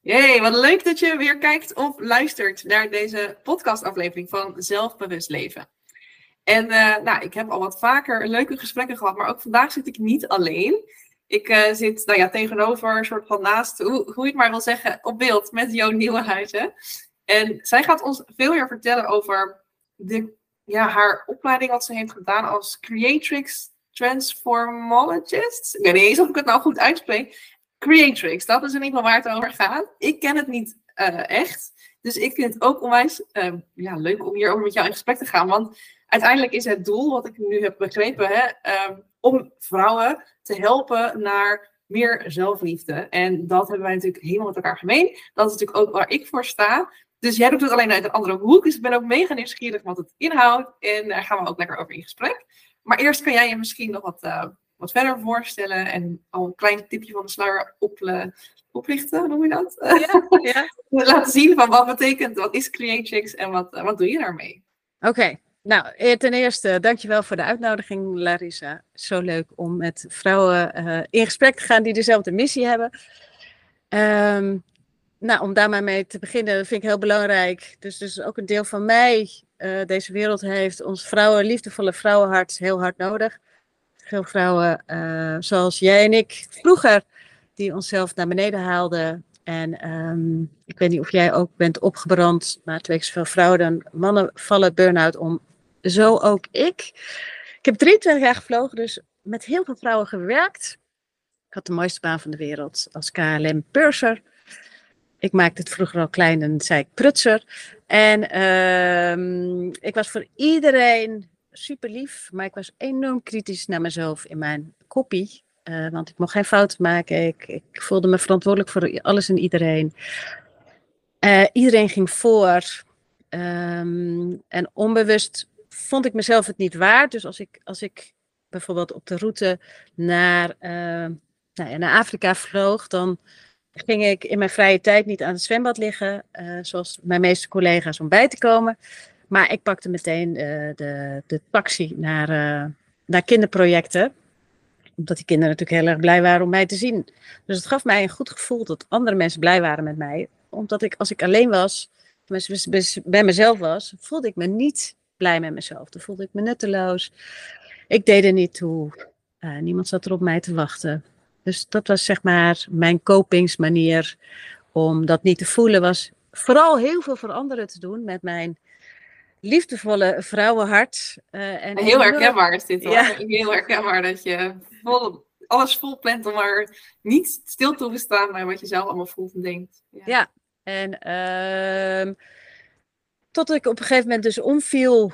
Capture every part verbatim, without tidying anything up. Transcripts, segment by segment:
Jee, wat leuk dat je weer kijkt of luistert naar deze podcastaflevering van Zelfbewust Leven. En uh, nou, ik heb al wat vaker leuke gesprekken gehad, maar ook vandaag zit ik niet alleen. Ik uh, zit nou ja, tegenover, een soort van naast, hoe, hoe je het maar wil zeggen, op beeld met Joan Nieuwenhuizen. En zij gaat ons veel meer vertellen over de, ja, haar opleiding wat ze heeft gedaan als Creatrix Transformologist. Ik weet niet eens of ik het nou goed uitspreek. Creatrix, dat is in ieder geval waar het over gaat. Ik ken het niet uh, echt. Dus ik vind het ook onwijs uh, ja, leuk om hierover met jou in gesprek te gaan. Want uiteindelijk is het doel, wat ik nu heb begrepen, hè, uh, om vrouwen te helpen naar meer zelfliefde. En dat hebben wij natuurlijk helemaal met elkaar gemeen. Dat is natuurlijk ook waar ik voor sta. Dus jij doet het alleen uit een andere hoek. Dus ik ben ook mega nieuwsgierig wat het inhoudt. En daar gaan we ook lekker over in gesprek. Maar eerst kan jij je misschien nog wat... Uh, wat verder voorstellen en al een klein tipje van de sluier op, uh, oplichten, hoe noem je dat? Ja, ja. Laten zien van wat betekent, wat is Creatrix en wat, uh, wat doe je daarmee? Oké, okay. Nou ten eerste dankjewel voor de uitnodiging, Larissa. Zo leuk om met vrouwen uh, in gesprek te gaan die dezelfde missie hebben. Um, nou, om daar maar mee te beginnen vind ik heel belangrijk. Dus, dus ook een deel van mij, uh, deze wereld heeft ons vrouwen, liefdevolle vrouwenhart heel hard nodig. Veel vrouwen uh, zoals jij en ik vroeger, die onszelf naar beneden haalden. En um, ik weet niet of jij ook bent opgebrand, maar twee keer zoveel vrouwen dan mannen vallen burn-out om. Zo ook ik. Ik heb drieëntwintig jaar gevlogen, dus met heel veel vrouwen gewerkt. Ik had de mooiste baan van de wereld als K L M purser. Ik maakte het vroeger al klein en zei ik prutser. En um, ik was voor iedereen... super lief, maar ik was enorm kritisch naar mezelf in mijn kopie. Uh, want ik mocht geen fouten maken. Ik, ik voelde me verantwoordelijk voor alles en iedereen. Uh, iedereen ging voor. Um, en onbewust vond ik mezelf het niet waard. Dus als ik, als ik bijvoorbeeld op de route naar, uh, nou ja, naar Afrika vloog, dan ging ik in mijn vrije tijd niet aan het zwembad liggen, uh, zoals mijn meeste collega's, om bij te komen. Maar ik pakte meteen uh, de, de taxi naar, uh, naar kinderprojecten. Omdat die kinderen natuurlijk heel erg blij waren om mij te zien. Dus het gaf mij een goed gevoel dat andere mensen blij waren met mij. Omdat ik, als ik alleen was, bij mezelf was, voelde ik me niet blij met mezelf. Dan voelde ik me nutteloos. Ik deed er niet toe. Uh, niemand zat er op mij te wachten. Dus dat was zeg maar mijn kopingsmanier om dat niet te voelen. Was vooral heel veel voor anderen te doen met mijn liefdevolle vrouwenhart. Uh, en heel herkenbaar is dit hoor. Ja. Heel herkenbaar dat je vol, alles vol plant om maar niet stil te bestaan bij wat je zelf allemaal voelt en denkt. Ja, ja. En uh, tot ik op een gegeven moment dus omviel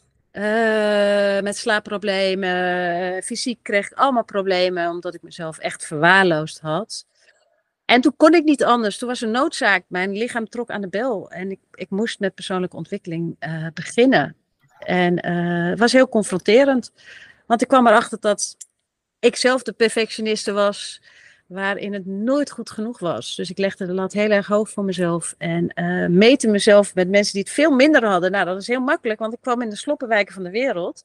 uh, met slaapproblemen. Fysiek kreeg ik allemaal problemen omdat ik mezelf echt verwaarloosd had. En toen kon ik niet anders. Toen was er noodzaak. Mijn lichaam trok aan de bel. En ik, ik moest met persoonlijke ontwikkeling uh, beginnen. En uh, het was heel confronterend. Want ik kwam erachter dat ik zelf de perfectioniste was, waarin het nooit goed genoeg was. Dus ik legde de lat heel erg hoog voor mezelf. En uh, meten mezelf met mensen die het veel minder hadden. Nou, dat is heel makkelijk, want ik kwam in de sloppenwijken van de wereld.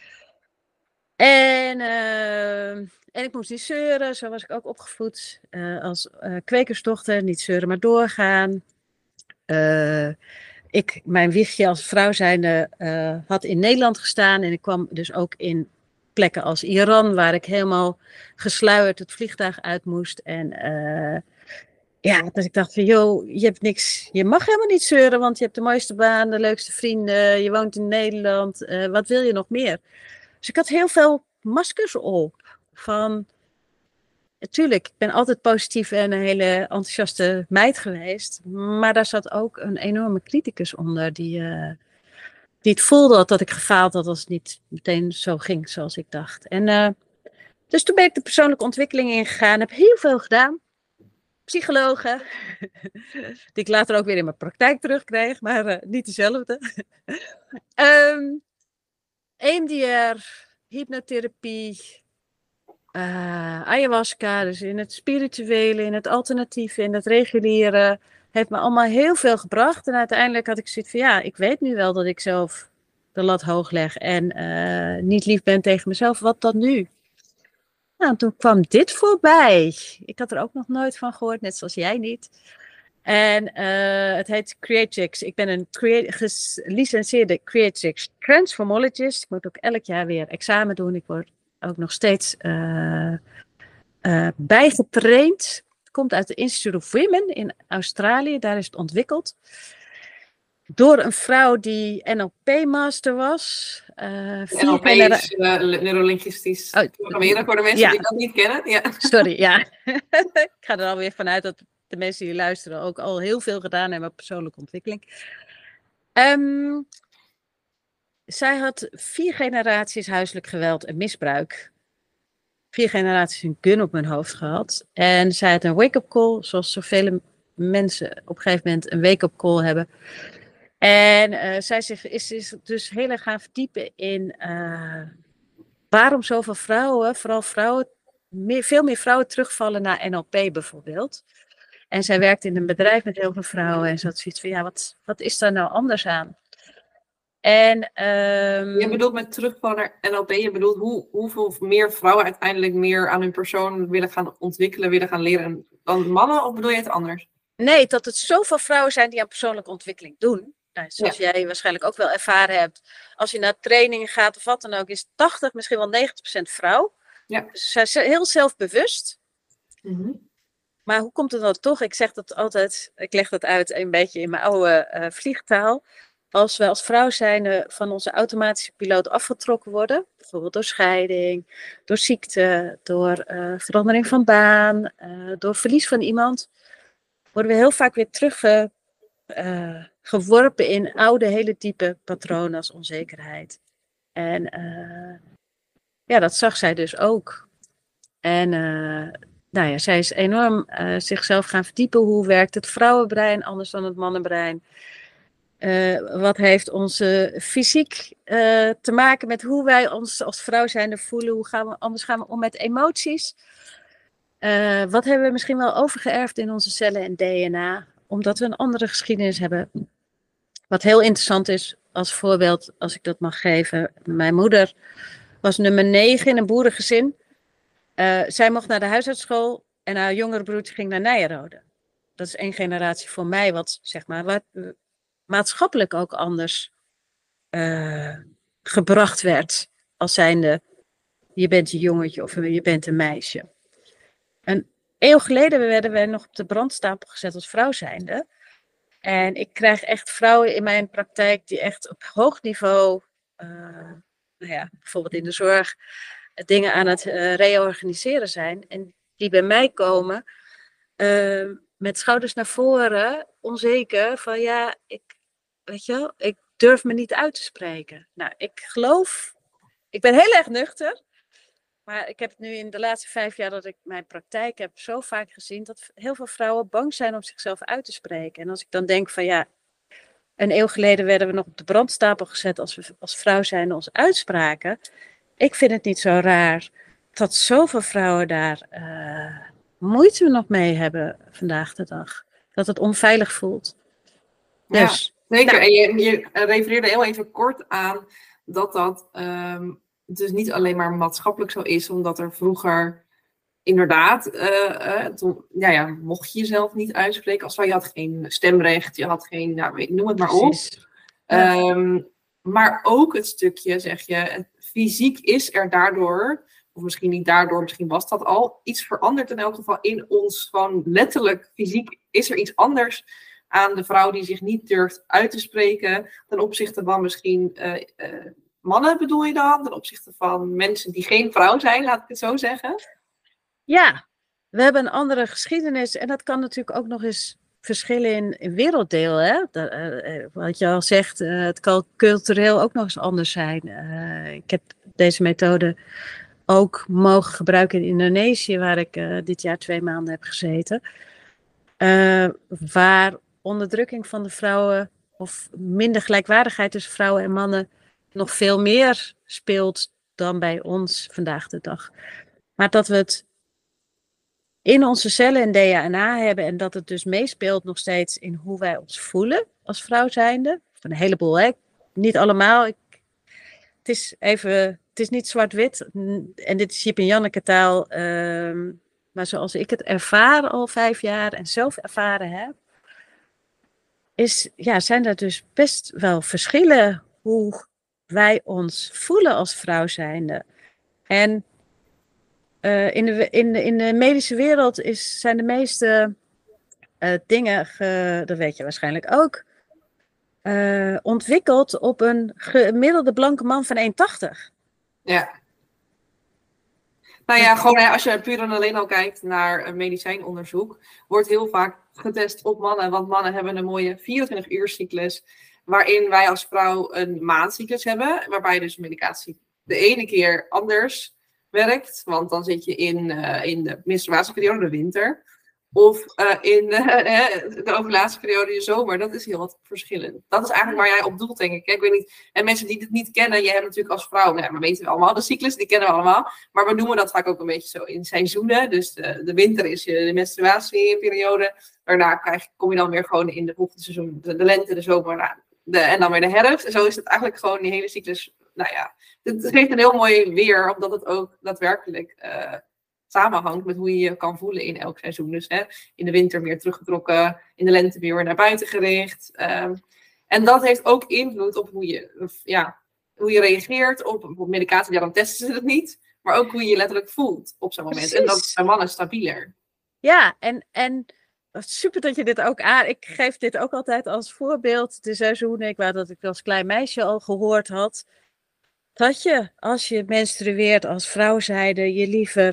En... Uh, En ik moest niet zeuren, zo was ik ook opgevoed uh, als uh, kwekersdochter. Niet zeuren, maar doorgaan. Uh, ik, mijn wiegje als vrouw zijnde uh, had in Nederland gestaan. En ik kwam dus ook in plekken als Iran, waar ik helemaal gesluierd het vliegtuig uit moest. En uh, ja, dat ik dacht van, joh, je hebt niks, je mag helemaal niet zeuren, want je hebt de mooiste baan, de leukste vrienden. Je woont in Nederland, uh, wat wil je nog meer? Dus ik had heel veel maskers op. Van, natuurlijk, ik ben altijd positief en een hele enthousiaste meid geweest. Maar daar zat ook een enorme criticus onder. Die, uh, die het voelde dat ik gefaald had als het niet meteen zo ging zoals ik dacht. En, uh, dus toen ben ik de persoonlijke ontwikkeling ingegaan. Heb heel veel gedaan. Psychologen. Die ik later ook weer in mijn praktijk terugkreeg. Maar uh, niet dezelfde. um, E M D R. Hypnotherapie. Uh, ayahuasca, dus in het spirituele, in het alternatieve, in het reguliere, heeft me allemaal heel veel gebracht. En uiteindelijk had ik zoiets van, ja, ik weet nu wel dat ik zelf de lat hoog leg en uh, niet lief ben tegen mezelf. Wat dan nu? Nou, toen kwam dit voorbij. Ik had er ook nog nooit van gehoord, net zoals jij niet. En uh, het heet Creatrix. Ik ben een crea- gelicentieerde Creatrix Transformologist. Ik moet ook elk jaar weer examen doen. Ik word ook nog steeds uh, uh, bijgetraind. Het komt uit de Institute of Women in Australië. Daar is het ontwikkeld. Door een vrouw die N L P-master was. Uh, N L P genera- is uh, neurolinguistisch oh, programmeren voor de mensen ja. die dat niet kennen. Ja. Sorry, ja. Ik ga er alweer vanuit dat de mensen die luisteren ook al heel veel gedaan hebben op persoonlijke ontwikkeling. Um, zij had vier generaties huiselijk geweld en misbruik. Vier generaties een gun op hun hoofd gehad. En zij had een wake-up call, zoals zoveel mensen op een gegeven moment een wake-up call hebben. En uh, zij zich, is zich dus heel erg gaan verdiepen in uh, waarom zoveel vrouwen, vooral vrouwen, meer, veel meer vrouwen terugvallen naar N L P bijvoorbeeld. En zij werkt in een bedrijf met heel veel vrouwen en ze had zoiets van, ja, wat, wat is daar nou anders aan? En, um, je bedoelt met terugvallen naar N L P, je bedoelt hoe, hoeveel meer vrouwen uiteindelijk meer aan hun persoon willen gaan ontwikkelen, willen gaan leren dan mannen, of bedoel je het anders? Nee, dat het zoveel vrouwen zijn die aan persoonlijke ontwikkeling doen. Nou, zoals ja. jij waarschijnlijk ook wel ervaren hebt. Als je naar trainingen gaat of wat dan ook, is tachtig, misschien wel negentig procent vrouw. Ja. Dus zij zijn heel zelfbewust. Mm-hmm. Maar hoe komt het dan toch? Ik zeg dat altijd, ik leg dat uit een beetje in mijn oude uh, vliegtaal. Als we als vrouw zijn van onze automatische piloot afgetrokken worden, bijvoorbeeld door scheiding, door ziekte, door uh, verandering van baan, uh, door verlies van iemand, worden we heel vaak weer teruggeworpen uh, in oude, hele diepe patronen als onzekerheid. En uh, ja, dat zag zij dus ook. En uh, nou ja, zij is enorm uh, zichzelf gaan verdiepen. Hoe werkt het vrouwenbrein anders dan het mannenbrein? Uh, wat heeft onze fysiek uh, te maken met hoe wij ons als vrouw zijnde voelen? Hoe gaan we, anders gaan we om met emoties? Uh, wat hebben we misschien wel overgeërfd in onze cellen en D N A? Omdat we een andere geschiedenis hebben. Wat heel interessant is, als voorbeeld, als ik dat mag geven. Mijn moeder was nummer negen in een boerengezin. Uh, zij mocht naar de huisartsschool en haar jongere broertje ging naar Nyenrode. Dat is één generatie voor mij, wat zeg maar, wat maatschappelijk ook anders uh, gebracht werd. Als zijnde, je bent een jongetje of je bent een meisje. Een eeuw geleden werden wij nog op de brandstapel gezet als vrouw zijnde. En ik krijg echt vrouwen in mijn praktijk die echt op hoog niveau, uh, nou ja, bijvoorbeeld in de zorg, dingen aan het uh, reorganiseren zijn. En die bij mij komen uh, met schouders naar voren, onzeker, van ja, ik, weet je wel, ik durf me niet uit te spreken. Nou, ik geloof, ik ben heel erg nuchter. Maar ik heb het nu in de laatste vijf jaar dat ik mijn praktijk heb zo vaak gezien dat heel veel vrouwen bang zijn om zichzelf uit te spreken. En als ik dan denk van ja, een eeuw geleden werden we nog op de brandstapel gezet als we als vrouw zijn ons uitspraken. Ik vind het niet zo raar dat zoveel vrouwen daar uh, moeite nog mee hebben vandaag de dag. Dat het onveilig voelt. Dus, ja, zeker. Nou, en je, je refereerde heel even kort aan dat dat um, dus niet alleen maar maatschappelijk zo is, omdat er vroeger inderdaad, uh, uh, toen, ja, ja, mocht je jezelf niet uitspreken als vrouw. Je had geen stemrecht, je had geen, nou, noem het maar op. Ja. Um, maar ook het stukje, zeg je, fysiek is er daardoor, of misschien niet daardoor, misschien was dat al, iets veranderd in elk geval in ons. Gewoon letterlijk, fysiek is er iets anders aan de vrouw die zich niet durft uit te spreken ten opzichte van misschien uh, uh, mannen, bedoel je dan? Ten opzichte van mensen die geen vrouw zijn, laat ik het zo zeggen. Ja, we hebben een andere geschiedenis en dat kan natuurlijk ook nog eens verschillen in, in werelddeel. Hè? Dat, uh, wat je al zegt, uh, het kan cultureel ook nog eens anders zijn. Uh, ik heb deze methode ook mogen gebruiken in Indonesië, waar ik uh, dit jaar twee maanden heb gezeten. Uh, waar onderdrukking van de vrouwen of minder gelijkwaardigheid tussen vrouwen en mannen nog veel meer speelt dan bij ons vandaag de dag. Maar dat we het in onze cellen en D N A hebben en dat het dus meespeelt nog steeds in hoe wij ons voelen als vrouw zijnde. Van een heleboel, hè? Niet allemaal. Ik, het is even, het is niet zwart-wit en dit is Jip en Janneke taal. Um, maar zoals ik het ervaar al vijf jaar en zelf ervaren heb, is, ja, zijn er dus best wel verschillen hoe wij ons voelen als vrouw zijnde. En uh, in, de, in, de, in de medische wereld is, zijn de meeste uh, dingen, ge, dat weet je waarschijnlijk ook, uh, ontwikkeld op een gemiddelde blanke man van één komma tachtig. Ja. Nou ja, gewoon als je puur en alleen al kijkt naar medicijnonderzoek, wordt heel vaak getest op mannen. Want mannen hebben een mooie vierentwintig uur cyclus, waarin wij als vrouw een maandcyclus hebben. Waarbij dus medicatie de ene keer anders werkt. Want dan zit je in, uh, in de menstruatieperiode, de winter. Of uh, in uh, de ovulatieperiode, de zomer. Dat is heel wat verschillend. Dat is eigenlijk waar jij op doelt, denk ik. Ik weet niet. En mensen die dit niet kennen, je hebt natuurlijk als vrouw, nou, we weten allemaal de cyclus, die kennen we allemaal. Maar we noemen dat vaak ook een beetje zo in seizoenen. Dus de, de winter is je de menstruatieperiode. Daarna krijg, kom je dan weer gewoon in de volgende seizoen, de, de lente, de zomer, nou, de, en dan weer de herfst. En zo is het eigenlijk gewoon die hele cyclus. Nou ja, het geeft een heel mooi weer, omdat het ook daadwerkelijk Uh, samenhangt met hoe je je kan voelen in elk seizoen. Dus hè, in de winter meer teruggetrokken, in de lente weer naar buiten gericht. Um, en dat heeft ook invloed op hoe je, ja, hoe je reageert op, op medicatie. Ja, dan testen ze het niet. Maar ook hoe je je letterlijk voelt op zo'n moment. Precies. En dat is bij mannen stabieler. Ja, en, en super dat je dit ook aan... Ik geef dit ook altijd als voorbeeld. De seizoenen, ik wou dat ik als klein meisje al gehoord had. Dat je, als je menstrueert als vrouw zijde, je liever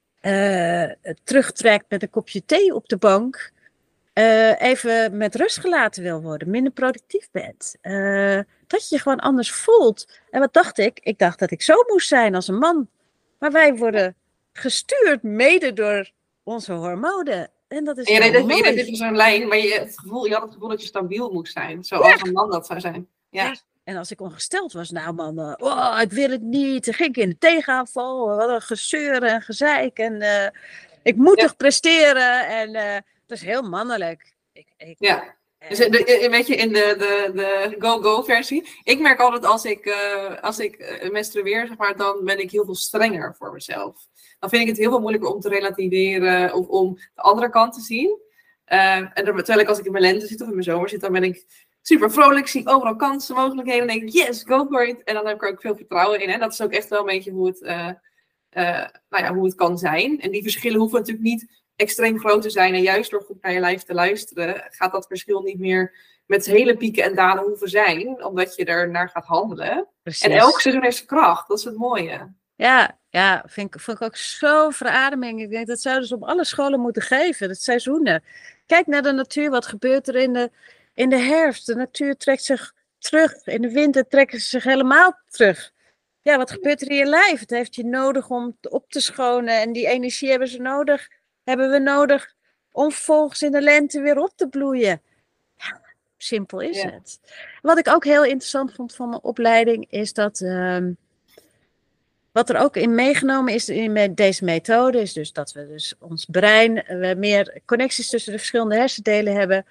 Uh, terugtrekt met een kopje thee op de bank, uh, even met rust gelaten wil worden, minder productief bent. Uh, dat je je gewoon anders voelt. En wat dacht ik? Ik dacht dat ik zo moest zijn als een man. Maar wij worden gestuurd mede door onze hormonen. En dat is en je reed even, je reed even zo'n lijn, maar je, het gevoel, je had het gevoel dat je stabiel moest zijn. Zoals ja. een man dat zou zijn. Ja. Ja. En als ik ongesteld was, nou man, uh, oh, ik wil het niet. Dan ging ik in de tegenaanval. Wat een gezeur en gezeik. En uh, ik moet ja. toch presteren. En uh, dat is heel mannelijk. Ik, ik, ja. Dus de, weet je, in de, de, de go-go versie. Ik merk altijd als ik, uh, als ik uh, menstrueer, zeg maar, dan ben ik heel veel strenger voor mezelf. Dan vind ik het heel veel moeilijker om te relativeren of om de andere kant te zien. Uh, en terwijl ik als ik in mijn lente zit of in mijn zomer zit, dan ben ik super vrolijk, zie ik overal kansen, mogelijkheden. En denk ik, yes, go for it. En dan heb ik er ook veel vertrouwen in. Hè? Dat is ook echt wel een beetje hoe het, uh, uh, nou ja, hoe het kan zijn. En die verschillen hoeven natuurlijk niet extreem groot te zijn. En juist door goed naar je lijf te luisteren, gaat dat verschil niet meer met hele pieken en dalen hoeven zijn. Omdat je er naar gaat handelen. Precies. En elk seizoen heeft zijn kracht. Dat is het mooie. Ja, ja vind, ik, vind ik ook zo verademing. Ik denk dat zouden ze op alle scholen moeten geven. Dat seizoenen. Kijk naar de natuur. Wat gebeurt er in de... In de herfst, de natuur trekt zich terug. In de winter trekken ze zich helemaal terug. Ja, wat gebeurt er in je lijf? Het heeft je nodig om op te schonen. En die energie hebben ze nodig. Hebben we nodig om vervolgens in de lente weer op te bloeien. Ja, simpel is ja. het. Wat ik ook heel interessant vond van mijn opleiding is dat... Um, wat er ook in meegenomen is in deze methode... is dus dat we dus ons brein... we meer connecties tussen de verschillende hersendelen hebben...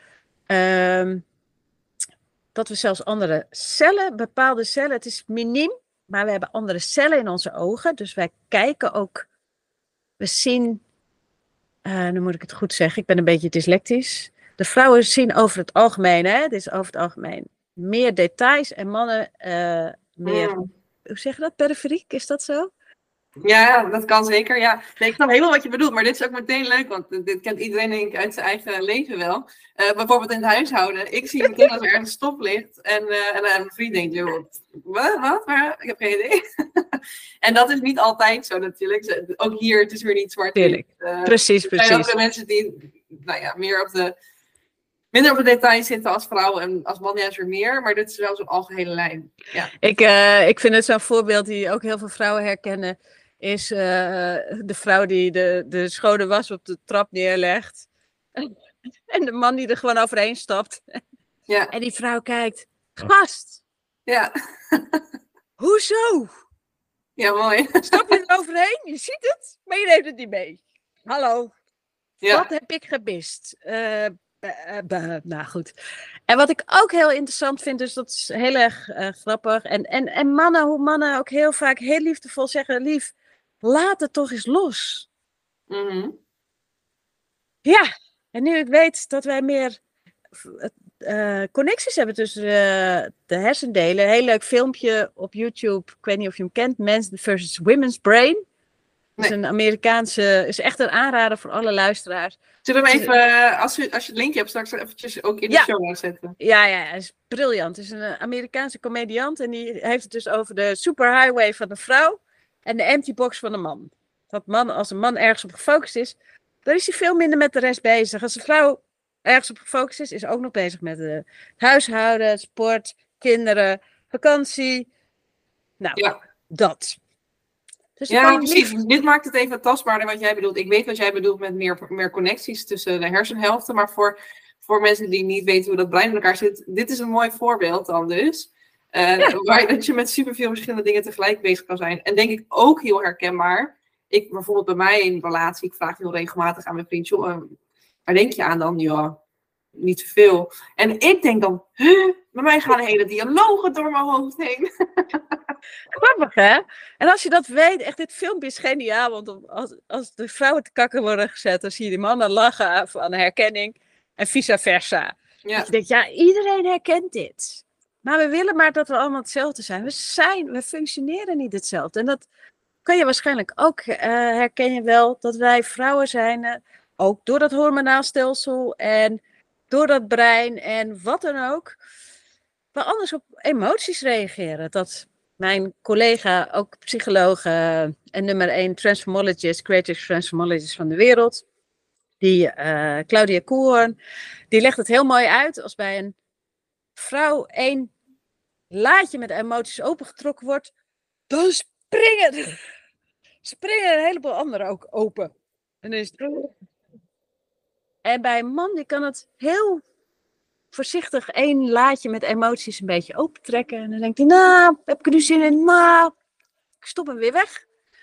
Um, dat we zelfs andere cellen, bepaalde cellen, het is miniem, maar we hebben andere cellen in onze ogen. Dus wij kijken ook, we zien, uh, nu moet ik het goed zeggen, ik ben een beetje dyslectisch. De vrouwen zien over het algemeen, hè, dit is over het algemeen, meer details en mannen uh, meer, mm. hoe zeg je dat, periferiek, is dat zo? Ja, dat kan zeker. Ja. Nee, ik snap helemaal wat je bedoelt, maar dit is ook meteen leuk, want dit kent iedereen denk ik uit zijn eigen leven wel. Uh, bijvoorbeeld in het huishouden. Ik zie meteen als er ergens stoplicht en, uh, en uh, mijn vriend denkt, joh, wat, wat? Maar ik heb geen idee. En dat is niet altijd zo natuurlijk. Ook hier, het is weer niet zwart-wit. Uh, precies, precies. Er zijn ook mensen die nou ja, meer op de, minder op de details zitten als vrouw en als man juist weer meer, maar dit is wel zo'n algehele lijn. Ja. Ik, uh, ik vind het zo'n voorbeeld die ook heel veel vrouwen herkennen. Is uh, de vrouw die de, de schone was op de trap neerlegt. En de man die er gewoon overheen stapt. Ja. En die vrouw kijkt. Gast! Ja. Hoezo? Ja, mooi. Stap je er overheen? Je ziet het, maar je neemt het niet mee. Hallo. Ja. Wat heb ik gemist? Uh, uh, uh, nou goed. En wat ik ook heel interessant vind, dus dat is heel erg uh, grappig. En, en, en mannen, hoe mannen ook heel vaak heel liefdevol zeggen, lief, laat het toch eens los. Mm-hmm. Ja, en nu ik weet dat wij meer uh, connecties hebben tussen uh, de hersendelen. Een heel leuk filmpje op YouTube. Ik weet niet of je hem kent. Men's versus Women's Brain. Dat is Nee. een Amerikaanse, is echt een aanrader voor alle luisteraars. Zullen we hem even, uh, als, je, als je het linkje hebt, straks eventjes ook in de ja. show notes zetten? Ja, ja, hij is briljant. Het is een Amerikaanse comediant en die heeft het dus over de superhighway van de vrouw en de empty box van de man. Dat man, als een man ergens op gefocust is, dan is hij veel minder met de rest bezig. Als een vrouw ergens op gefocust is, is ook nog bezig met het huishouden, sport, kinderen, vakantie. Nou, ja. dat. Dus ja, precies. Lief... Dit maakt het even tastbaarder wat jij bedoelt. Ik weet wat jij bedoelt met meer, meer connecties tussen de hersenhelften. Maar voor, voor mensen die niet weten hoe dat brein in elkaar zit. Dit is een mooi voorbeeld dan dus. Uh, ja. Waar dat je met superveel verschillende dingen tegelijk bezig kan zijn. En denk ik ook heel herkenbaar. Ik bijvoorbeeld bij mij in een relatie. Ik vraag heel regelmatig aan mijn vriend. Joh, waar denk je aan dan? Ja, niet zoveel. En ik denk dan. Huh? Bij mij gaan hele dialogen door mijn hoofd heen. Grappig, hè? En als je dat weet, echt, dit filmpje is geniaal. Want als, als de vrouwen te kakken worden gezet, dan zie je die mannen lachen van herkenning. En vice versa. Ja. Dat je denkt, ja, iedereen herkent dit. Maar we willen maar dat we allemaal hetzelfde zijn. We zijn, we functioneren niet hetzelfde. En dat kan je waarschijnlijk ook uh, herken je wel, dat wij vrouwen zijn. Uh, ook door dat hormonaal stelsel en door dat brein en wat dan ook. We anders op emoties reageren. Dat mijn collega, ook psycholoog uh, en nummer één transformologist, creative transformologist van de wereld, die uh, Claudia Koorn, die legt het heel mooi uit. Als bij een vrouw één laadje met emoties opengetrokken wordt, dan springen, springen een heleboel anderen ook open. En, is het... en bij een man die kan het heel voorzichtig één laadje met emoties een beetje opentrekken. En dan denkt hij, nou, heb ik er nu zin in? Nou, ik stop hem weer weg.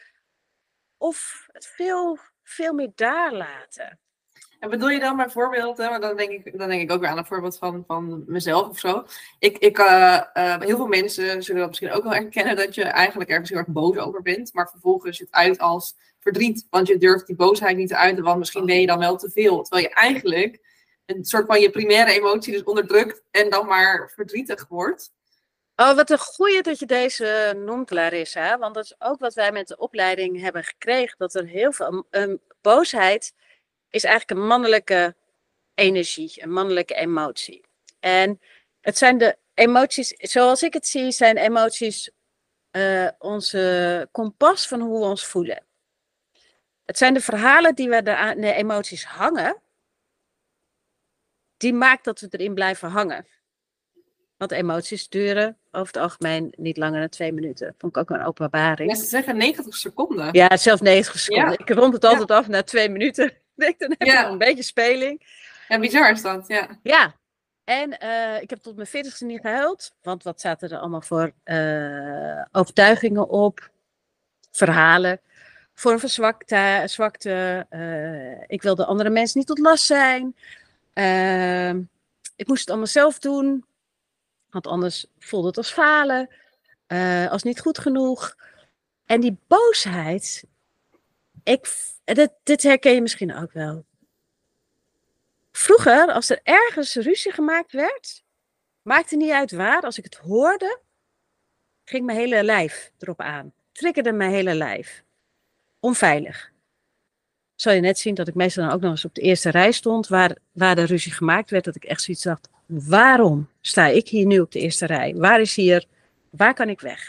Of het veel, veel meer daar laten. En bedoel je dan bijvoorbeeld, hè, maar dan, denk ik, dan denk ik ook weer aan een voorbeeld van, van mezelf of zo. Ik, ik, uh, uh, heel veel mensen zullen dat misschien ook wel herkennen, dat je eigenlijk ergens heel erg boos over bent. Maar vervolgens het uit als verdriet. Want je durft die boosheid niet te uiten, want misschien ben je dan wel te veel. Terwijl je eigenlijk een soort van je primaire emotie dus onderdrukt en dan maar verdrietig wordt. Oh, wat een goeie dat je deze noemt, Larissa. Want dat is ook wat wij met de opleiding hebben gekregen. Dat er heel veel um, boosheid is eigenlijk een mannelijke energie, een mannelijke emotie. En het zijn de emoties, zoals ik het zie, zijn emoties uh, onze kompas van hoe we ons voelen. Het zijn de verhalen die we aan de emoties hangen, die maakt dat we erin blijven hangen. Want emoties duren over het algemeen niet langer dan twee minuten. Vond ik ook een openbaring. Ja, ze zeggen negentig seconden. Ja, zelfs negentig seconden. Ja. Ik rond het altijd ja. af na twee minuten. Ik dan heb je ja. een beetje speling. Ja, bizar is dat, ja. Ja, en uh, ik heb tot mijn veertigste niet gehuild. Want wat zaten er allemaal voor uh, overtuigingen op? Verhalen. Vorm van zwakte. zwakte uh, ik wilde andere mensen niet tot last zijn. Uh, ik moest het allemaal zelf doen. Want anders voelde het als falen. Uh, als niet goed genoeg. En die boosheid. Ik, dit, dit herken je misschien ook wel. Vroeger, als er ergens ruzie gemaakt werd, maakte niet uit waar. Als ik het hoorde, ging mijn hele lijf erop aan. Triggerde mijn hele lijf. Onveilig. Zal je net zien dat ik meestal dan ook nog eens op de eerste rij stond, waar, waar de ruzie gemaakt werd, dat ik echt zoiets dacht, waarom sta ik hier nu op de eerste rij? Waar is hier, waar kan ik weg?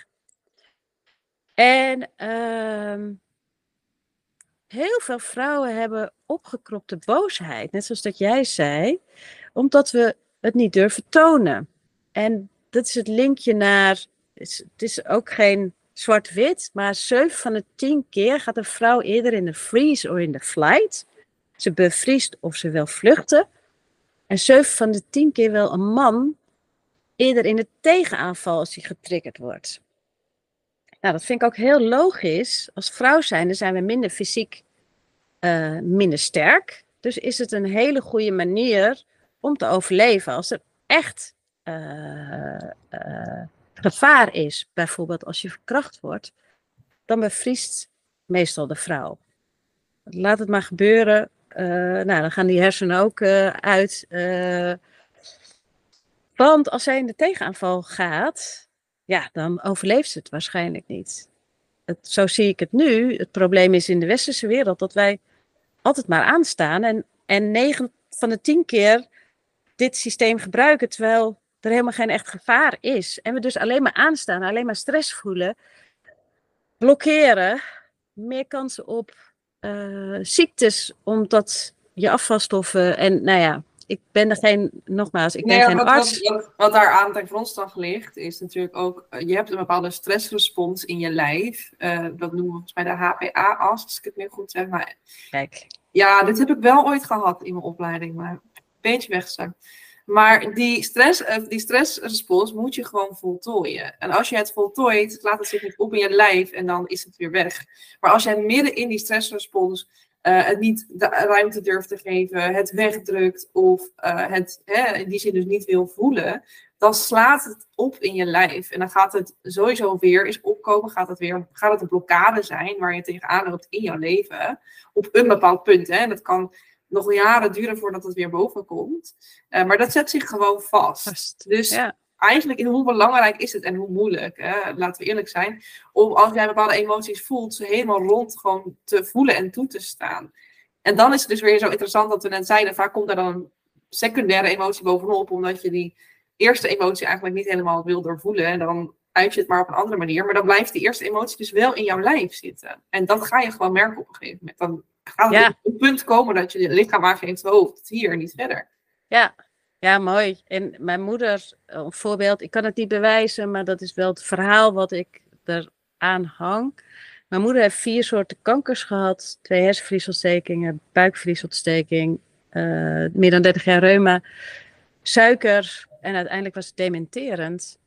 En uh, heel veel vrouwen hebben opgekropte boosheid, net zoals dat jij zei, omdat we het niet durven tonen. En dat is het linkje naar, het is ook geen zwart-wit, maar zeven van de tien keer gaat een vrouw eerder in de freeze of in de flight. Ze bevriest of ze wil vluchten. En zeven van de tien keer wel een man eerder in de tegenaanval als hij getriggerd wordt. Nou, dat vind ik ook heel logisch. Als vrouw zijn, dan zijn we minder fysiek uh, minder sterk. Dus is het een hele goede manier om te overleven. Als er echt uh, uh, gevaar is, bijvoorbeeld als je verkracht wordt, dan bevriest meestal de vrouw. Laat het maar gebeuren. Uh, nou, dan gaan die hersenen ook uh, uit. Uh, Want als zij in de tegenaanval gaat, ja, dan overleeft ze het waarschijnlijk niet. Het, zo zie ik het nu. Het probleem is in de westerse wereld dat wij altijd maar aanstaan. En, en negen van de tien keer dit systeem gebruiken, terwijl er helemaal geen echt gevaar is. En we dus alleen maar aanstaan, alleen maar stress voelen, blokkeren, meer kansen op uh, ziektes, omdat je afvalstoffen en nou ja, ik ben er geen, nogmaals, ik ben nee, geen wat, arts. Wat, wat, wat daar aan ten grondslag ligt, is natuurlijk ook, je hebt een bepaalde stressrespons in je lijf. Uh, dat noemen we volgens mij de H P A-as, als ik het nu goed zeg. Maar, Kijk. Ja, dit heb ik wel ooit gehad in mijn opleiding, maar een beetje weggezakt. Maar die, stress, die stressrespons moet je gewoon voltooien. En als je het voltooit, laat het zich niet op in je lijf en dan is het weer weg. Maar als jij midden in die stressrespons uh, het niet de ruimte durft te geven, het wegdrukt of uh, het hè, in die zin dus niet wil voelen, dan slaat het op in je lijf. En dan gaat het sowieso weer eens opkomen, gaat het weer gaat het een blokkade zijn waar je tegenaan loopt in jouw leven op een bepaald punt. Hè. En dat kan nog jaren duren voordat het weer boven komt. Uh, maar dat zet zich gewoon vast. vast. Dus ja. Eigenlijk, hoe belangrijk is het en hoe moeilijk, hè? Laten we eerlijk zijn, om als jij bepaalde emoties voelt, ze helemaal rond gewoon te voelen en toe te staan. En dan is het dus weer zo interessant dat we net zeiden, vaak komt er dan een secundaire emotie bovenop, omdat je die eerste emotie eigenlijk niet helemaal wil doorvoelen. En dan uit je het maar op een andere manier. Maar dan blijft die eerste emotie dus wel in jouw lijf zitten. En dat ga je gewoon merken op een gegeven moment. Dan gaat het ja. op een punt komen dat je je lichaam aangeeft, hoofd, hier, niet verder. Ja. Ja, mooi. En mijn moeder, een voorbeeld, ik kan het niet bewijzen, maar dat is wel het verhaal wat ik eraan hang. Mijn moeder heeft vier soorten kankers gehad, twee hersenvliesontstekingen, buikvliesontsteking, uh, meer dan dertig jaar reuma, suiker en uiteindelijk was het dementerend.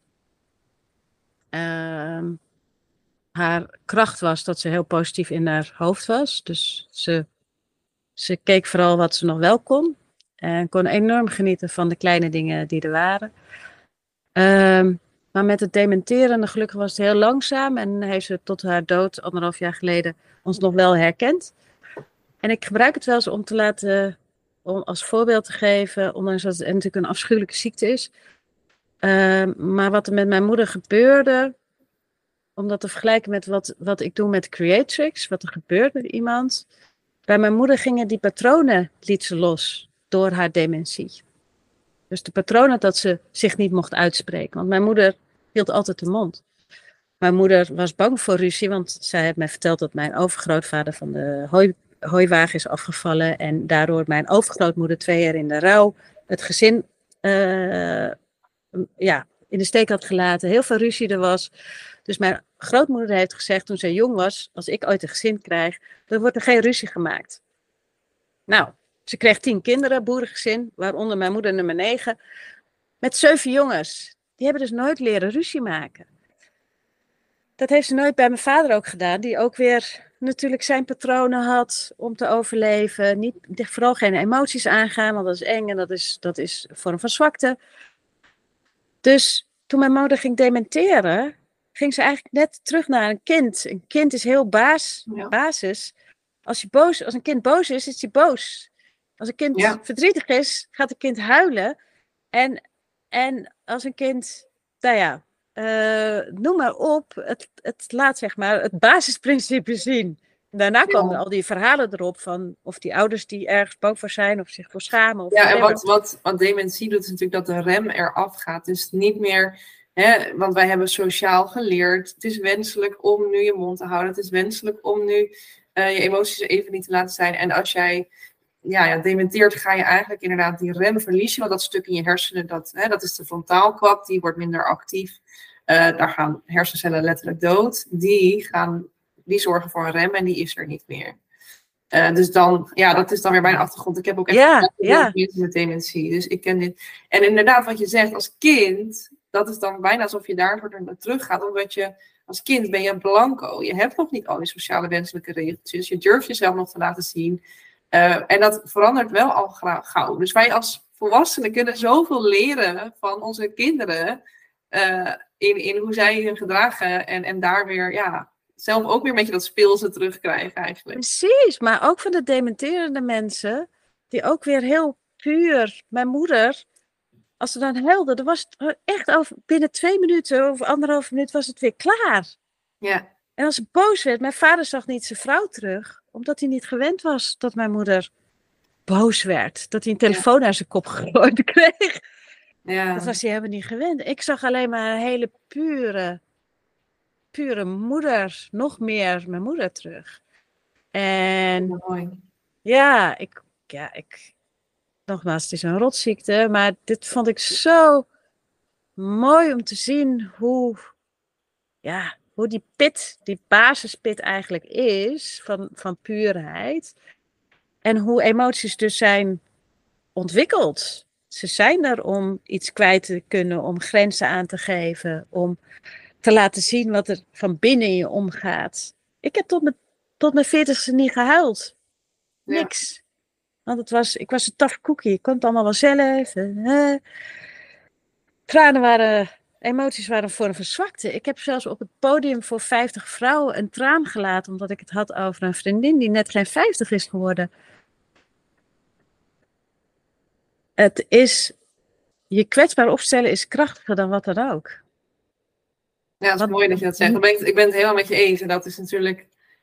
Uh, haar kracht was dat ze heel positief in haar hoofd was, dus ze, ze keek vooral wat ze nog wel kon. En kon enorm genieten van de kleine dingen die er waren. Um, maar met het dementerende, gelukkig was het heel langzaam. En heeft ze tot haar dood, anderhalf jaar geleden, ons nog wel herkend. En ik gebruik het wel eens om te laten, om als voorbeeld te geven, ondanks dat het natuurlijk een afschuwelijke ziekte is. Uh, maar wat er met mijn moeder gebeurde, om dat te vergelijken met wat, wat ik doe met Creatrix, wat er gebeurt met iemand. Bij mijn moeder gingen die patronen, liet ze los. Door haar dementie. Dus de patronen dat ze zich niet mocht uitspreken. Want mijn moeder hield altijd de mond. Mijn moeder was bang voor ruzie. Want zij heeft mij verteld dat mijn overgrootvader van de hooi, hooiwagen is afgevallen. En daardoor mijn overgrootmoeder twee jaar in de rouw het gezin uh, ja, in de steek had gelaten. Heel veel ruzie er was. Dus mijn grootmoeder heeft gezegd toen zij jong was. Als ik ooit een gezin krijg, dan wordt er geen ruzie gemaakt. Nou. Ze kreeg tien kinderen, boerengezin, waaronder mijn moeder nummer negen. Met zeven jongens. Die hebben dus nooit leren ruzie maken. Dat heeft ze nooit bij mijn vader ook gedaan. Die ook weer natuurlijk zijn patronen had om te overleven. Niet, vooral geen emoties aangaan, want dat is eng en dat is, dat is een vorm van zwakte. Dus toen mijn moeder ging dementeren, ging ze eigenlijk net terug naar een kind. Een kind is heel baas, ja. basis. Als, je boos, als een kind boos is, is hij boos. Als een kind ja. verdrietig is, gaat een kind huilen. En, en als een kind, nou ja, uh, noem maar op, het, het laat zeg maar het basisprincipe zien. Daarna komen ja. al die verhalen erop van of die ouders die ergens bang voor zijn of zich voor schamen. Of ja, en wat, wat, wat dementie doet is natuurlijk dat de rem eraf gaat. Dus niet meer, hè, want wij hebben sociaal geleerd, het is wenselijk om nu je mond te houden. Het is wenselijk om nu uh, je emoties even niet te laten zijn. En als jij Ja, ja, dementeert, ga je eigenlijk inderdaad die rem verliezen. Want dat stuk in je hersenen, dat, hè, dat is de frontaalkwab, die wordt minder actief. Uh, daar gaan hersencellen letterlijk dood. Die, gaan, die zorgen voor een rem en die is er niet meer. Uh, dus dan, ja, dat is dan weer mijn achtergrond. Ik heb ook echt ja, ja. met dementie. Dus ik ken dit. En inderdaad, wat je zegt, als kind, dat is dan bijna alsof je daarvoor naar terug gaat. Omdat je, als kind ben je blanco. Je hebt nog niet al die sociale wenselijke regeltjes. Je durft jezelf nog te laten zien. Uh, en dat verandert wel al gauw. Dus wij als volwassenen kunnen zoveel leren van onze kinderen. Uh, in, in hoe zij hun gedragen. En, en daar weer, ja, zelf ook weer een beetje dat speelse terugkrijgen eigenlijk. Precies, maar ook van de dementerende mensen. Die ook weer heel puur. Mijn moeder, als ze dan huilde, dan was het echt over, binnen twee minuten of anderhalve minuut was het weer klaar. Ja. En als ze boos werd, mijn vader zag niet zijn vrouw terug, omdat hij niet gewend was dat mijn moeder boos werd. Dat hij een telefoon naar zijn kop gegooid kreeg. Ja. Dat was hij helemaal niet gewend. Ik zag alleen maar een hele pure, pure moeder, nog meer mijn moeder terug. En Mooi. ja, ik, ja, ik, nogmaals, het is een rotziekte, maar dit vond ik zo mooi om te zien hoe, ja, hoe die pit, die basispit eigenlijk is van, van puurheid. En hoe emoties dus zijn ontwikkeld. Ze zijn er om iets kwijt te kunnen, om grenzen aan te geven, om te laten zien wat er van binnen in je omgaat. Ik heb tot mijn, tot mijn veertigste niet gehuild. Niks. Ja. Want het was, ik was een tough cookie. Ik kon het allemaal wel zelf. Uh, tranen waren, emoties waren een vorm van zwakte. Ik heb zelfs op het podium voor vijftig vrouwen een traan gelaten, omdat ik het had over een vriendin die net geen vijftig is geworden. Het is, je kwetsbaar opstellen is krachtiger dan wat dan ook. Ja, dat is wat, mooi dat je dat zegt. Ik ben, ik ben het helemaal met je eens. En dat is natuurlijk,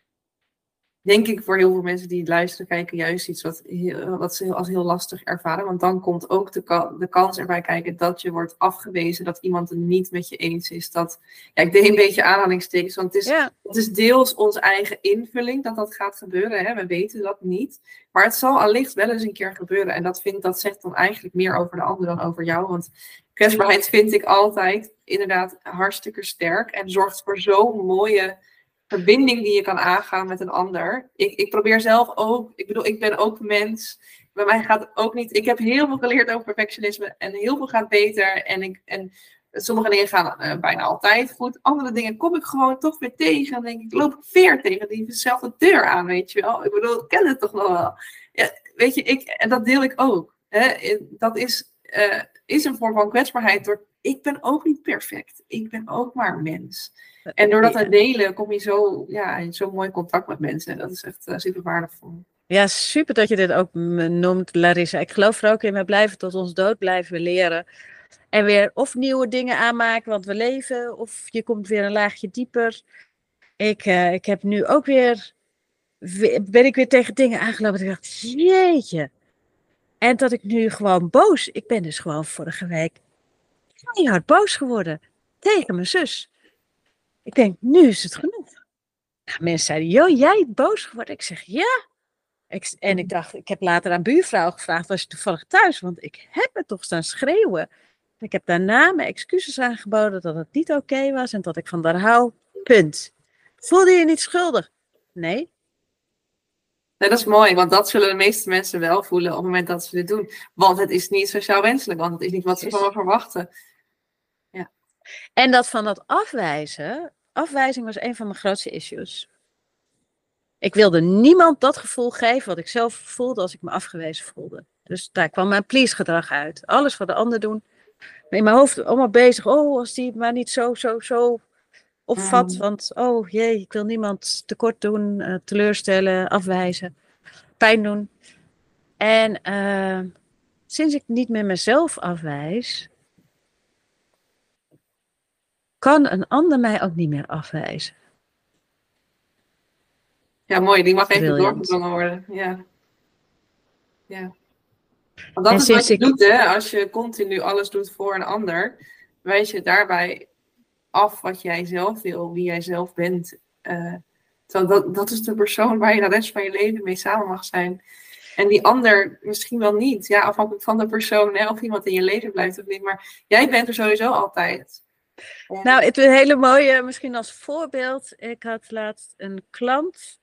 denk ik, voor heel veel mensen die luisteren, kijken, juist iets wat, heel, wat ze als heel lastig ervaren. Want dan komt ook de, de kans erbij kijken dat je wordt afgewezen, dat iemand het niet met je eens is. Dat, ja, ik deed een beetje aanhalingstekens, want het is, ja. het is deels onze eigen invulling dat dat gaat gebeuren. Hè? We weten dat niet. Maar het zal allicht wel eens een keer gebeuren. En dat, vind, dat zegt dan eigenlijk meer over de ander dan over jou. Want kwetsbaarheid vind ik altijd inderdaad hartstikke sterk. En zorgt voor zo'n mooie verbinding die je kan aangaan met een ander. Ik, ik probeer zelf ook, ik bedoel, ik ben ook mens. Bij mij gaat het ook niet. Ik heb heel veel geleerd over perfectionisme. En heel veel gaat beter. En, ik, en sommige dingen gaan uh, bijna altijd goed. Andere dingen kom ik gewoon toch weer tegen. En denk ik, loop ik weer tegen diezelfde deur aan, weet je wel. Ik bedoel, ik ken het toch nog wel. Ja, weet je, ik, en dat deel ik ook. Hè? Dat is, uh, is een vorm van kwetsbaarheid. Door, ik ben ook niet perfect. Ik ben ook maar een mens. En door dat te delen kom je zo, ja, in zo'n mooi contact met mensen. Dat is echt uh, super waardevol. Ja, super dat je dit ook noemt, Larissa. Ik geloof er ook in, we blijven tot ons dood blijven we leren. En weer of nieuwe dingen aanmaken, want we leven. Of je komt weer een laagje dieper. Ik, uh, ik heb nu ook weer, ben ik weer tegen dingen aangelopen. Dat ik dacht, jeetje. En dat ik nu gewoon boos, ik ben dus gewoon vorige week heel hard boos geworden. Tegen mijn zus. Ik denk, nu is het genoeg. Nou, mensen zeiden, joh, jij boos geworden? Ik zeg, ja. Ik, en ik dacht, ik heb later aan buurvrouw gevraagd, was je toevallig thuis? Want ik heb het toch staan schreeuwen. Ik heb daarna mijn excuses aangeboden dat het niet oké okay was en dat ik van haar hou. Punt. Voelde je je niet schuldig? Nee. Nee, dat is mooi, want dat zullen de meeste mensen wel voelen op het moment dat ze dit doen. Want het is niet sociaal wenselijk, want het is niet wat ze van me verwachten. Ja. En dat van dat afwijzen, afwijzing was een van mijn grootste issues. Ik wilde niemand dat gevoel geven wat ik zelf voelde als ik me afgewezen voelde. Dus daar kwam mijn please gedrag uit. Alles voor de ander doen. In mijn hoofd allemaal bezig. Oh, als die maar niet zo, zo, zo opvat. Mm. Want, oh jee, ik wil niemand tekort doen, uh, teleurstellen, afwijzen, pijn doen. En uh, sinds ik niet meer mezelf afwijs, kan een ander mij ook niet meer afwijzen. Ja, mooi. Die mag even doorgedrongen worden. Ja. Ja. Want dat en is wat je ik... doet, hè. Als je continu alles doet voor een ander, wijs je daarbij af wat jij zelf wil, wie jij zelf bent. Uh, dat, dat is de persoon waar je de rest van je leven mee samen mag zijn. En die ander misschien wel niet. Ja, afhankelijk van de persoon, hè, of iemand in je leven blijft of niet. Maar jij bent er sowieso altijd. Ja. Nou, het is een hele mooie, misschien als voorbeeld. Ik had laatst een klant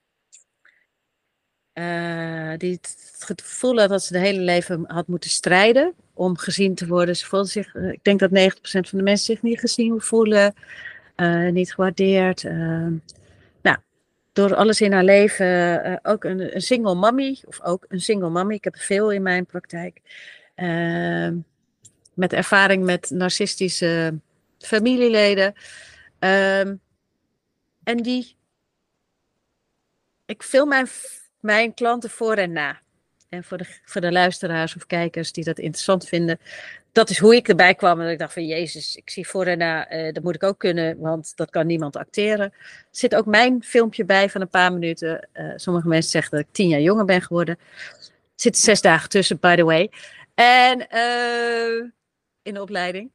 Uh, die het gevoel had dat ze de hele leven had moeten strijden om gezien te worden. Ze voelde zich, uh, ik denk dat negentig procent van de mensen zich niet gezien voelen, uh, niet gewaardeerd. Uh, nou, door alles in haar leven, uh, ook een, een single mommy, of ook een single mommy, ik heb er veel in mijn praktijk, uh, met ervaring met narcistische familieleden. Uh, en die, ik film mijn Mijn klanten voor en na. En voor de, voor de luisteraars of kijkers die dat interessant vinden. Dat is hoe ik erbij kwam. En ik dacht van Jezus, ik zie voor en na, uh, dat moet ik ook kunnen. Want dat kan niemand acteren. Er zit ook mijn filmpje bij van een paar minuten. Uh, sommige mensen zeggen dat ik tien jaar jonger ben geworden. Er zitten zes dagen tussen, by the way. En uh, in de opleiding.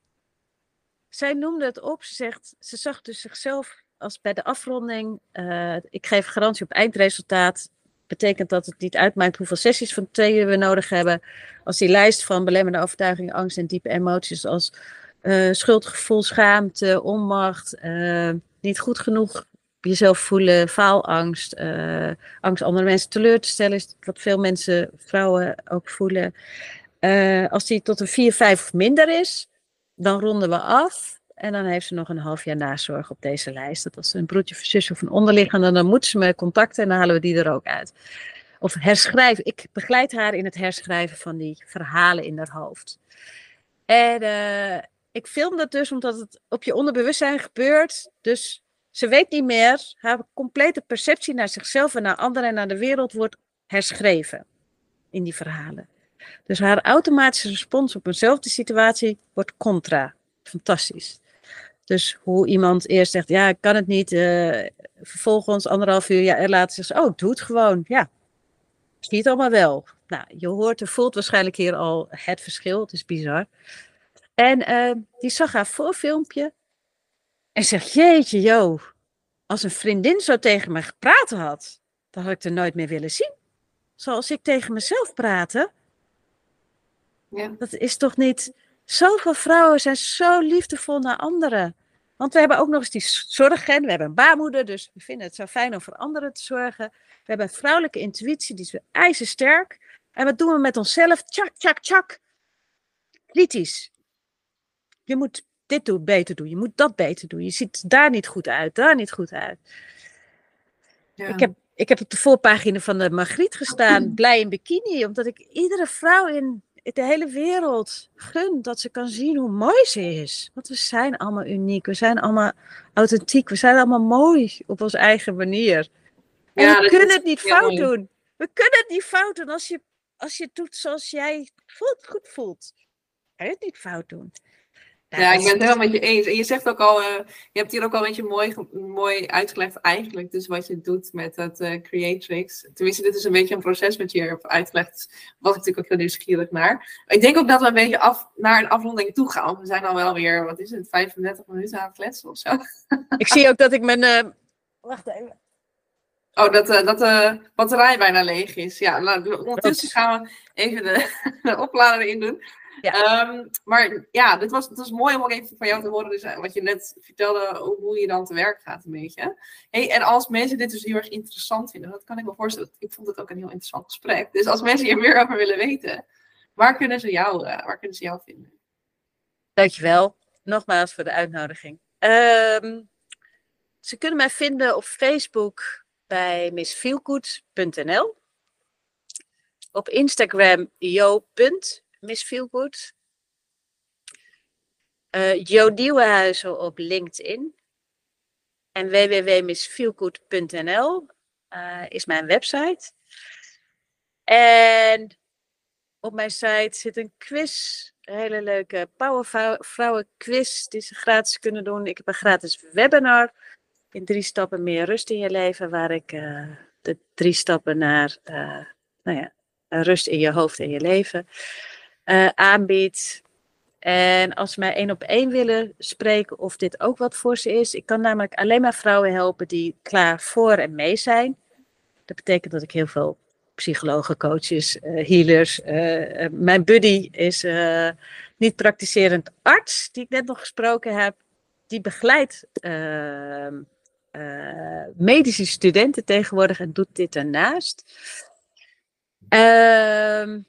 Zij noemde het op. Ze zegt, ze zag dus zichzelf als bij de afronding. Uh, ik geef garantie op eindresultaat. Betekent dat het niet uitmaakt hoeveel sessies van tweeën we nodig hebben. Als die lijst van belemmerende overtuigingen, angst en diepe emoties als uh, schuldgevoel, schaamte, onmacht, uh, niet goed genoeg jezelf voelen, faalangst, uh, angst andere mensen teleur te stellen, is wat veel mensen, vrouwen ook voelen. Uh, als die tot een vier, vijf of minder is, dan ronden we af. En dan heeft ze nog een half jaar nazorg op deze lijst. Dat als ze een broertje of zusje of een onderliggende, dan moet ze me contacten en dan halen we die er ook uit. Of herschrijven. Ik begeleid haar in het herschrijven van die verhalen in haar hoofd. En uh, ik film dat dus omdat het op je onderbewustzijn gebeurt. Dus ze weet niet meer. Haar complete perceptie naar zichzelf en naar anderen en naar de wereld wordt herschreven in die verhalen. Dus haar automatische respons op eenzelfde situatie wordt contra. Fantastisch. Dus hoe iemand eerst zegt, ja, ik kan het niet. Uh, vervolgens anderhalf uur ja, later zegt ze, oh, ik doe het gewoon. Ja, zie het allemaal wel. Nou, je hoort en voelt waarschijnlijk hier al het verschil. Het is bizar. En uh, die zag haar voorfilmpje en zegt, jeetje, joh, als een vriendin zo tegen me gepraat had, dan had ik er nooit meer willen zien. Zoals ik tegen mezelf praatte. Ja. Dat is toch niet... Zoveel vrouwen zijn zo liefdevol naar anderen. Want we hebben ook nog eens die zorggen. We hebben een baarmoeder, dus we vinden het zo fijn om voor anderen te zorgen. We hebben een vrouwelijke intuïtie, die is ijzersterk. En wat doen we met onszelf? Tjak, tjak, tjak. Kritisch. Je moet dit doen, beter doen. Je moet dat beter doen. Je ziet daar niet goed uit, daar niet goed uit. Ja. Ik heb, ik heb op de voorpagina van de Margriet gestaan, blij in bikini. Omdat ik iedere vrouw in... de hele wereld gun dat ze kan zien hoe mooi ze is. Want we zijn allemaal uniek. We zijn allemaal authentiek. We zijn allemaal mooi op onze eigen manier. En ja, we kunnen het niet fout mooi. doen. We kunnen het niet fout doen als je, als je het doet zoals jij voelt, goed voelt. Kan je het niet fout doen. Ja, ja, ik ben het helemaal met je eens. En je zegt ook al, uh, je hebt hier ook al een beetje mooi, mooi uitgelegd eigenlijk, dus wat je doet met het uh, Creatrix. Tenminste, dit is een beetje een proces wat je hier hebt uitgelegd. Dus was ik natuurlijk ook heel nieuwsgierig naar. Ik denk ook dat we een beetje af, naar een afronding toe gaan. We zijn al wel weer, wat is het, vijfendertig minuten aan het kletsen of zo. Ik zie ook dat ik mijn... Uh... Wacht even. Oh, dat, uh, dat de batterij bijna leeg is. Ja, nou, ondertussen gaan we even de, de oplader erin doen. Ja. Um, maar ja, dit was, het was mooi om ook even van jou te horen, dus, wat je net vertelde, hoe je dan te werk gaat een beetje. Hey, en als mensen dit dus heel erg interessant vinden, dat kan ik me voorstellen, ik vond het ook een heel interessant gesprek. Dus als mensen hier meer over willen weten, waar kunnen ze jou, uh, waar kunnen ze jou vinden? Dankjewel, nogmaals voor de uitnodiging. Um, ze kunnen mij vinden op Facebook bij miss feelgood punt n l. Op Instagram jo. Miss Feelgood. Uh, Jo Nieuwenhuizen op LinkedIn. En w w w punt miss feelgood punt n l uh, is mijn website. En op mijn site zit een quiz. Een hele leuke Powervrouwen quiz die ze gratis kunnen doen. Ik heb een gratis webinar. In drie stappen meer rust in je leven. Waar ik uh, de drie stappen naar uh, nou ja, rust in je hoofd en je leven Uh, aanbiedt. En als ze mij één op één willen spreken of dit ook wat voor ze is. Ik kan namelijk alleen maar vrouwen helpen die klaar voor en mee zijn. Dat betekent dat ik heel veel psychologen, coaches, uh, healers. Uh, uh, mijn buddy is uh, niet praktiserend arts, die ik net nog gesproken heb. Die begeleidt uh, uh, medische studenten tegenwoordig en doet dit daarnaast. Ehm... Uh,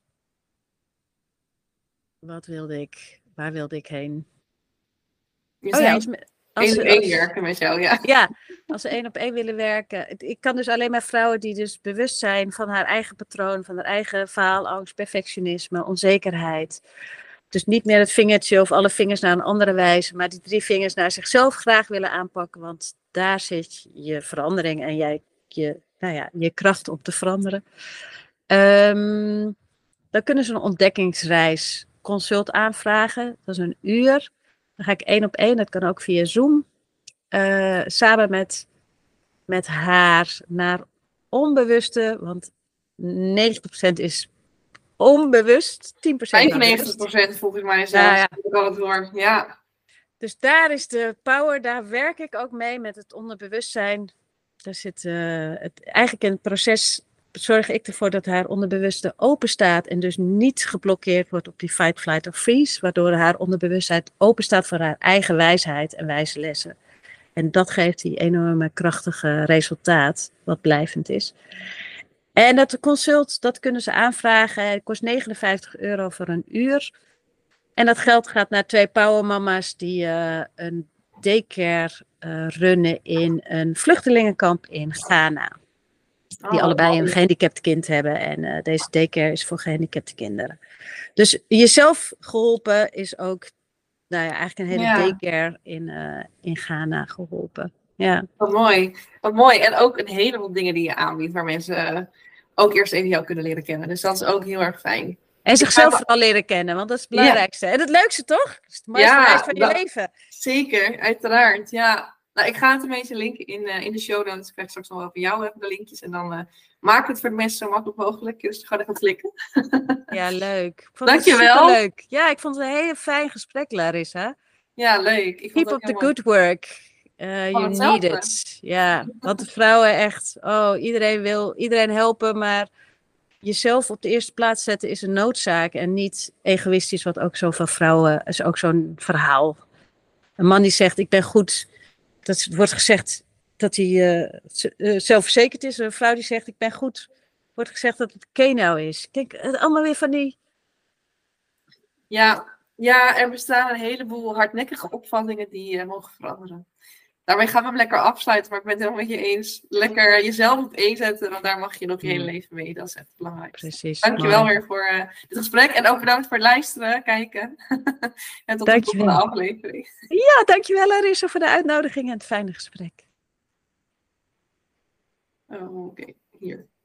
Wat wilde ik? Waar wilde ik heen? Je oh ja, als, als één op één werken met jou, ja. Ja, als ze één op één willen werken. Ik kan dus alleen maar vrouwen die dus bewust zijn van haar eigen patroon, van haar eigen faalangst, perfectionisme, onzekerheid. Dus niet meer het vingertje of alle vingers naar een andere wijze, maar die drie vingers naar zichzelf graag willen aanpakken, want daar zit je verandering en jij, je, nou ja, je kracht om te veranderen. Um, dan kunnen ze een ontdekkingsreis consult aanvragen. Dat is een uur. Dan ga ik één op één, dat kan ook via Zoom. Uh, samen met, met haar naar onbewuste, want negentig procent is onbewust, tien procent vijfennegentig procent volgens mij zelfs. Ja, ja. Ik het door. Ja. Dus daar is de power, daar werk ik ook mee met het onderbewustzijn. Daar zit uh, het, eigenlijk in het proces zorg ik ervoor dat haar onderbewuste open staat en dus niet geblokkeerd wordt op die fight, flight of freeze, waardoor haar onderbewustzijn open staat voor haar eigen wijsheid en wijze lessen. En dat geeft die enorme krachtige resultaat, wat blijvend is. En dat consult, dat kunnen ze aanvragen. Het kost negenenvijftig euro voor een uur. En dat geld gaat naar twee powermama's die uh, een daycare uh, runnen in een vluchtelingenkamp in Ghana. Die oh, allebei een gehandicapt kind hebben. En uh, deze daycare is voor gehandicapte kinderen. Dus jezelf geholpen is ook, nou ja, eigenlijk een hele ja. daycare in, uh, in Ghana geholpen. Ja. Wat mooi. Wat mooi. En ook een heleboel dingen die je aanbiedt, waar mensen uh, ook eerst even jou kunnen leren kennen. Dus dat is ook heel erg fijn. En zichzelf vooral leren kennen, want dat is het belangrijkste. Ja. En het leukste toch? Dat is het mooiste ja, reis van je dat, leven. Zeker, uiteraard. Ja. Nou, ik ga het een beetje linken in, uh, in de show notes. Ik krijg straks nog wel van jou even de linkjes. En dan uh, maak ik het voor de mensen zo makkelijk mogelijk. Dus ga even klikken. Ja, leuk. Ik vond Dankjewel. Het leuk. Ja, ik vond het een heel fijn gesprek, Larissa. Ja, leuk. Ik Keep up the good work. Uh, you need it. Ja, want de vrouwen echt, oh, iedereen wil iedereen helpen, maar jezelf op de eerste plaats zetten is een noodzaak en niet egoïstisch, wat ook zoveel vrouwen, is ook zo'n verhaal. Een man die zegt, ik ben goed, dat wordt gezegd dat hij uh, uh, zelfverzekerd is. Een vrouw die zegt, ik ben goed, wordt gezegd dat het Keno is. Kijk, het allemaal weer van die... Ja, ja, er bestaan een heleboel hardnekkige opvattingen die uh, mogen veranderen. Daarmee gaan we hem lekker afsluiten, maar ik ben het helemaal met je eens. Lekker jezelf op één zetten, want daar mag je nog je hele leven mee. Dat is echt belangrijk. Precies. Dankjewel weer voor uh, dit gesprek en ook bedankt voor het luisteren, kijken. En tot de volgende aflevering. Ja, dankjewel Larissa voor de uitnodiging en het fijne gesprek. Oh, oké, okay. Hier.